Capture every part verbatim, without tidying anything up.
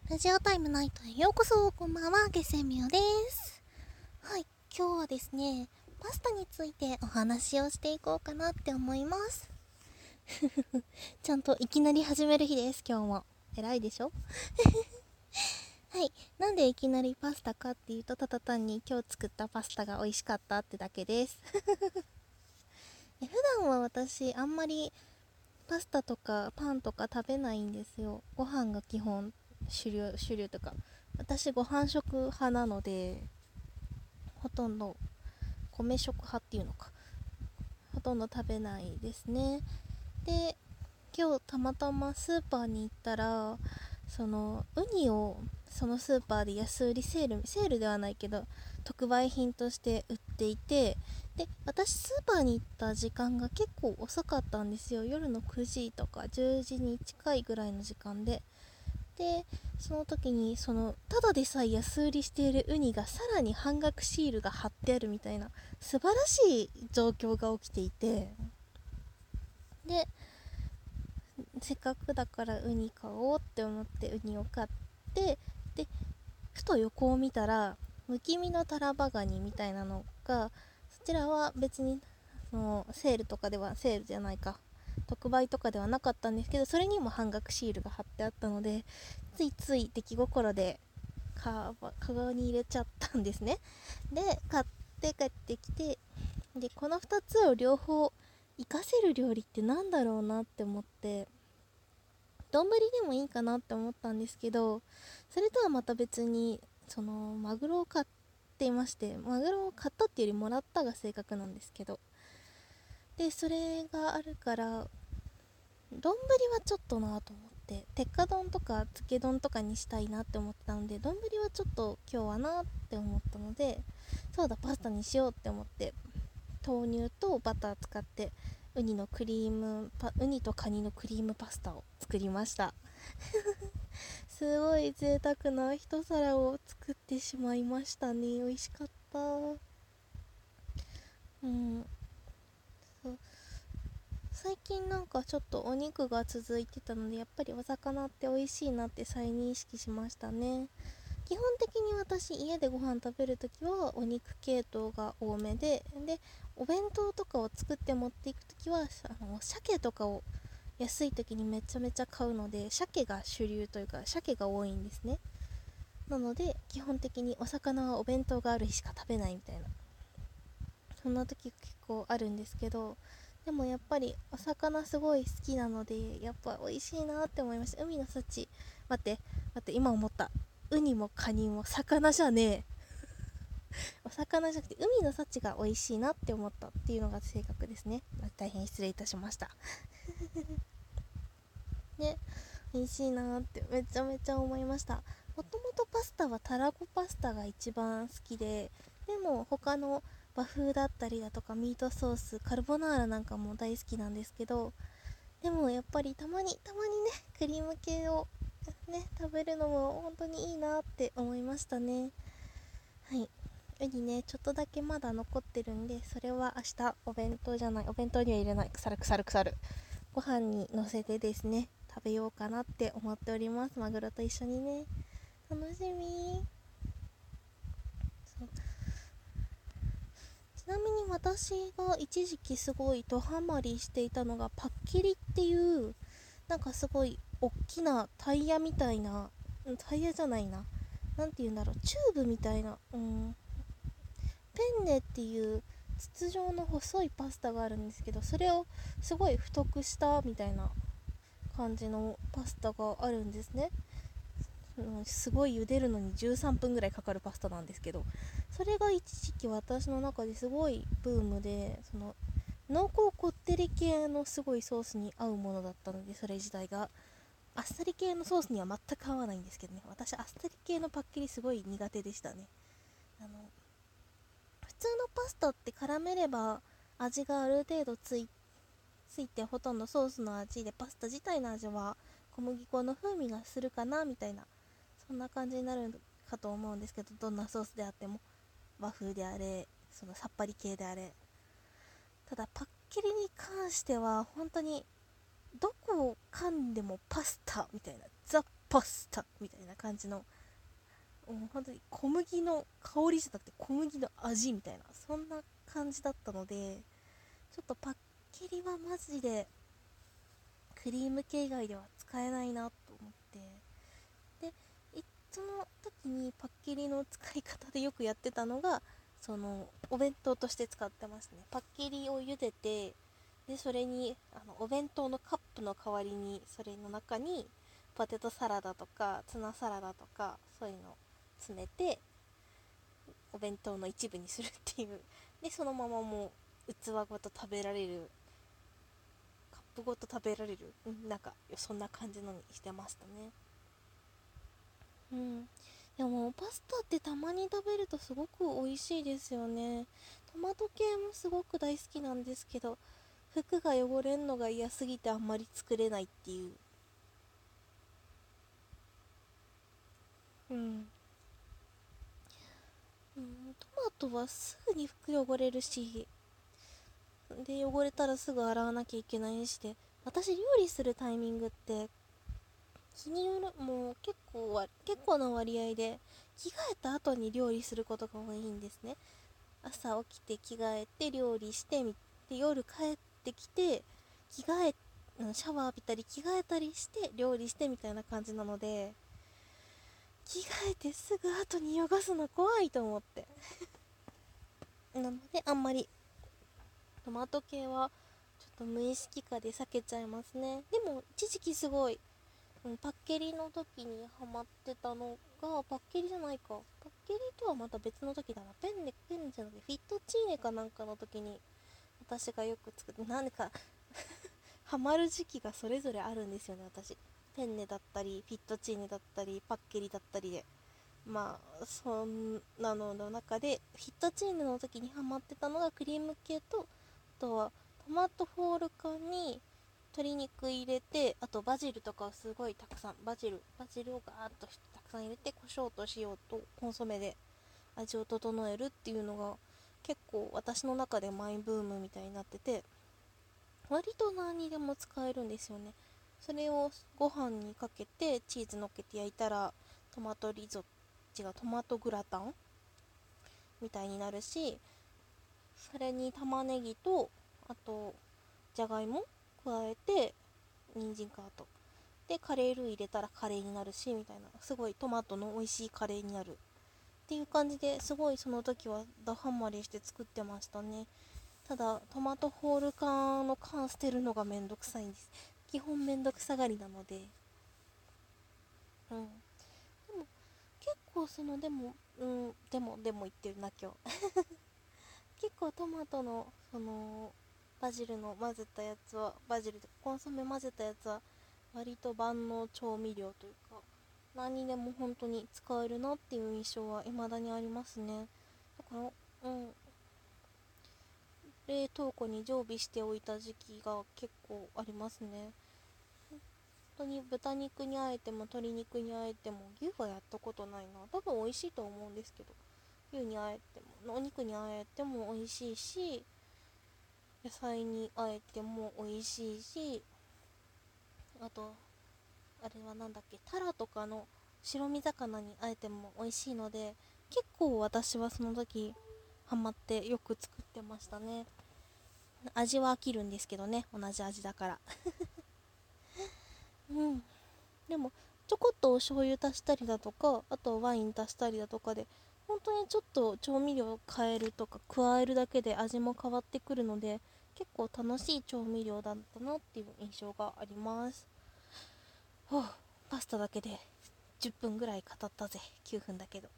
ラジオタイムナイトへようこそ。こんばんは、ゲセミオです。はい、今日はですね、パスタについてお話をしていこうかなって思います。ちゃんといきなり始める日です、今日も。偉いでしょ。はい、なんでいきなりパスタかっていうと、ただ単に今日作ったパスタが美味しかったってだけです。え普段は私、あんまりパスタとかパンとか食べないんですよ。ご飯が基本主流主流とか、私ご飯食派なので、ほとんど米食派っていうのか、ほとんど食べないですね。で、今日たまたまスーパーに行ったら、そのウニをそのスーパーで安売りセールセールではないけど特売品として売っていて、で私スーパーに行った時間が結構遅かったんですよ。夜のくじとかじゅうじに近いぐらいの時間で、でその時にそのただでさえ安売りしているウニがさらに半額シールが貼ってあるみたいな素晴らしい状況が起きていて、でせっかくだからウニ買おうって思ってウニを買って、でふと横を見たらむき身のタラバガニみたいなのが、そちらは別にそのセールとかではセールじゃないか特売とかではなかったんですけど、それにも半額シールが貼ってあったので、ついつい出来心でカゴに入れちゃったんですね。で買って帰ってきて、でこのふたつを両方活かせる料理ってなんだろうなって思って、丼でもいいかなって思ったんですけど、それとはまた別にそのマグロを買っていまして、マグロを買ったっていうよりもらったが正確なんですけど、でそれがあるから丼はちょっとなと思って、鉄火丼とか漬け丼とかにしたいなって思ってたので、丼はちょっと今日はなって思ったので、そうだパスタにしようって思って豆乳とバター使ってウニのクリームパウニとカニのクリームパスタを作りました。すごい贅沢な一皿を作ってしまいましたね。美味しかった。うん、そう最近なんかちょっとお肉が続いてたので、やっぱりお魚って美味しいなって再認識しましたね。基本的に私家でご飯食べるときはお肉系統が多めで、でお弁当とかを作って持っていくときはあの鮭とかを安い時にめちゃめちゃ買うので、鮭が主流というか鮭が多いんですね。なので基本的にお魚はお弁当がある日しか食べないみたいな、そんな時結構あるんですけど、でもやっぱりお魚すごい好きなので、やっぱ美味しいなって思いました。海の幸、待って待って今思った、ウニもカニも魚じゃねえ、お魚じゃなくて海の幸が美味しいなって思ったっていうのが正確ですね。大変失礼いたしました。ね、美味しいなってめちゃめちゃ思いました。もともとパスタはたらこパスタが一番好きで、でも他の和風だったりだとかミートソースカルボナーラなんかも大好きなんですけど、でもやっぱりたまにたまにねクリーム系をね食べるのも本当にいいなって思いましたね。はい、ウニねちょっとだけまだ残ってるんで、それは明日お弁当じゃないお弁当には入れない、腐る腐る腐るご飯にのせてですね食べようかなって思っております。マグロと一緒にね、楽しみ。そうちなみに私が一時期すごいドハマりしていたのがパッキリっていう、なんかすごい大きなタイヤみたいな、タイヤじゃないな、なんて言うんだろう、チューブみたいな、うん、ペンネっていう筒状の細いパスタがあるんですけど、それをすごい太くしたみたいな感じのパスタがあるんですね。うん、すごい茹でるのにじゅうさんぷんぐらいかかるパスタなんですけど、それが一時期私の中ですごいブームで、その濃厚こってり系のすごいソースに合うものだったので、それ自体があっさり系のソースには全く合わないんですけどね、私あっさり系のパッキリすごい苦手でしたね。あの普通のパスタって絡めれば味がある程度ついついて、ほとんどソースの味でパスタ自体の味は小麦粉の風味がするかなみたいな、そんな感じになるかと思うんですけど、どんなソースであっても、和風であれそのさっぱり系であれ、ただパッキリに関しては本当にどこを噛んでもパスタみたいな、ザパスタみたいな感じの、うん、本当に小麦の香りじゃなくて小麦の味みたいな、そんな感じだったので、ちょっとパッケリはマジでクリーム系以外では使えないなと思って、でその時にパッケリの使い方でよくやってたのが、そのお弁当として使ってますね。パッケリを茹でて、でそれにあのお弁当のカップの代わりに、それの中にポテトサラダとかツナサラダとかそういうのを詰めてお弁当の一部にするっていう。でそのままもう器ごと食べられる、カップごと食べられる、なんかそんな感じのにしてましたね。うん。でもパスタってたまに食べるとすごく美味しいですよね。トマト系もすごく大好きなんですけど、服が汚れんのが嫌すぎてあんまり作れないっていう。うん。うん、トマトはすぐに服汚れるし、で汚れたらすぐ洗わなきゃいけないしで、私料理するタイミングって日による、もう結構は結構な割合で着替えた後に料理することが多いんですね。朝起きて着替えて料理してみて、夜帰ってきて着替え、シャワー浴びたり着替えたりして料理してみたいな感じなので、着替えてすぐ後に汚すの怖いと思って、なのであんまりトマト系はちょっと無意識化で避けちゃいますね。でも一時期すごい、うん、パッケリの時にハマってたのが、パッケリじゃないか、パッケリとはまた別の時だな、ペンネペンネじゃなくてフィットチーネかなんかの時に私がよく作って、なんでかハマる時期がそれぞれあるんですよね。私ペンネだったりフィットチーネだったりパッケリだったりで、まあそんなのの中でフィットチーネの時にハマってたのがクリーム系と、あとはトマトホール缶に鶏肉入れて、あとバジルとかをすごいたくさん、バジルバジルをガーッとたくさん入れて、胡椒と塩とコンソメで味を整えるっていうのが結構私の中でマイブームみたいになってて、割と何にでも使えるんですよね。それをご飯にかけてチーズのっけて焼いたらトマトリゾ違うトマトグラタンみたいになるし、それに玉ねぎと、あとじゃがいも加えて、人参か、あとでカレールー入れたらカレーになるしみたいな、すごいトマトの美味しいカレーになるっていう感じで、すごいその時はダハマりして作ってましたね。ただトマトホール缶の缶捨てるのがめんどくさいんです。基本めんどくさがりなので。うん。でも結構その、でもうんでもでも言ってるな今日結構トマトのそのバジルの混ぜたやつは、バジルでコンソメ混ぜたやつは割と万能調味料というか、何にでも本当に使えるなっていう印象は未だにありますね。だからうん、冷凍庫に常備しておいた時期が結構ありますね。本当に豚肉にあえても鶏肉にあえても、牛はやったことないな、多分美味しいと思うんですけど、牛にあえてもお肉にあえても美味しいし、野菜にあえても美味しいし、あとあれはなんだっけ、タラとかの白身魚にあえても美味しいので、結構私はその時ハマってよく作ってましたね。味は飽きるんですけどね、同じ味だからうん。でもちょこっとお醤油足したりだとか、あとワイン足したりだとかで、本当にちょっと調味料変えるとか加えるだけで味も変わってくるので、結構楽しい調味料だったなっていう印象があります。ほう、パスタだけでじゅっぷんぐらい語ったぜ。きゅうふんだけど。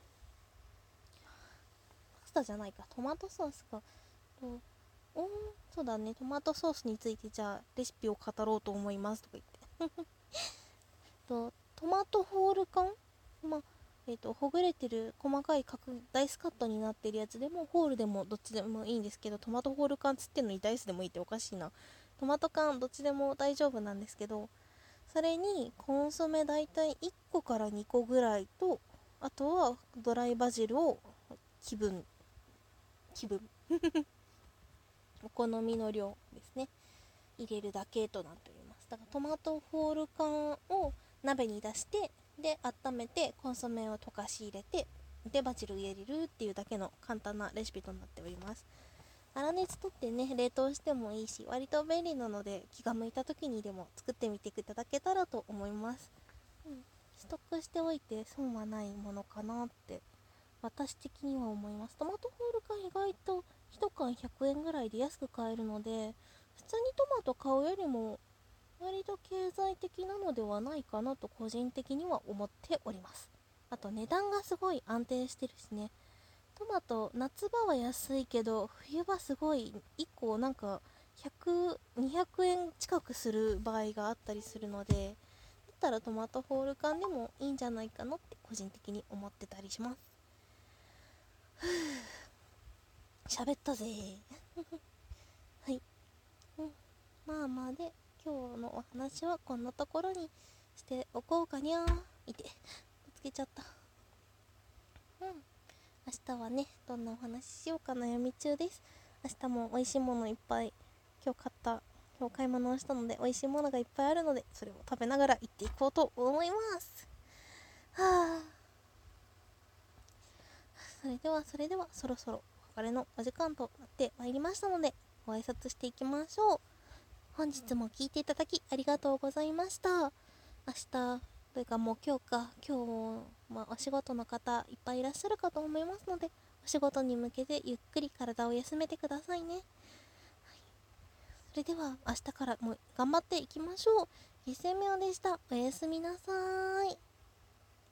パスタじゃないか、トマトソースか。とおーそうだね、トマトソースについてじゃあレシピを語ろうと思いますとか言ってとトマトホール缶、まあえー、とほぐれてる細かい角ダイスカットになってるやつでもホールでもどっちでもいいんですけど、トマトホール缶つってんのにダイスでもいいっておかしいな。トマト缶どっちでも大丈夫なんですけど、それにコンソメだいたいいっこからにこぐらいと、あとはドライバジルを気分気分お好みの量ですね、入れるだけとなっております。だからトマトホール缶を鍋に出して、で温めてコンソメを溶かし入れて、でバジル入れるっていうだけの簡単なレシピとなっております。粗熱取ってね、冷凍してもいいし、割と便利なので気が向いた時にでも作ってみていただけたらと思います。うん、ストックしておいて損はないものかなって私的には思います。トマトホール缶意外といち缶ひゃくえんぐらいで安く買えるので、普通にトマト買うよりも割と経済的なのではないかなと個人的には思っております。あと値段がすごい安定してるしね。トマト夏場は安いけど冬場すごいいっこなんかひゃく、にひゃくえん近くする場合があったりするので、だったらトマトホール缶でもいいんじゃないかなって個人的に思ってたりします。喋ったぜはい、うん、まあまあで今日のお話はこんなところにしておこうかにゃー。いてつけちゃった。うん、明日はねどんなお話ししようか悩み中です。明日も美味しいものいっぱい今日買った今日買い物をしたので美味しいものがいっぱいあるので、それを食べながら行っていこうと思います。はあ、それではそれではそろそろお別れのお時間となってまいりましたので、ご挨拶していきましょう。本日も聞いていただきありがとうございました。明日というかもう今日か今日、まあ、お仕事の方いっぱいいらっしゃるかと思いますので、お仕事に向けてゆっくり体を休めてくださいね。はい、それでは明日からも頑張っていきましょう。ゆせみょうでした。おやすみなさーい。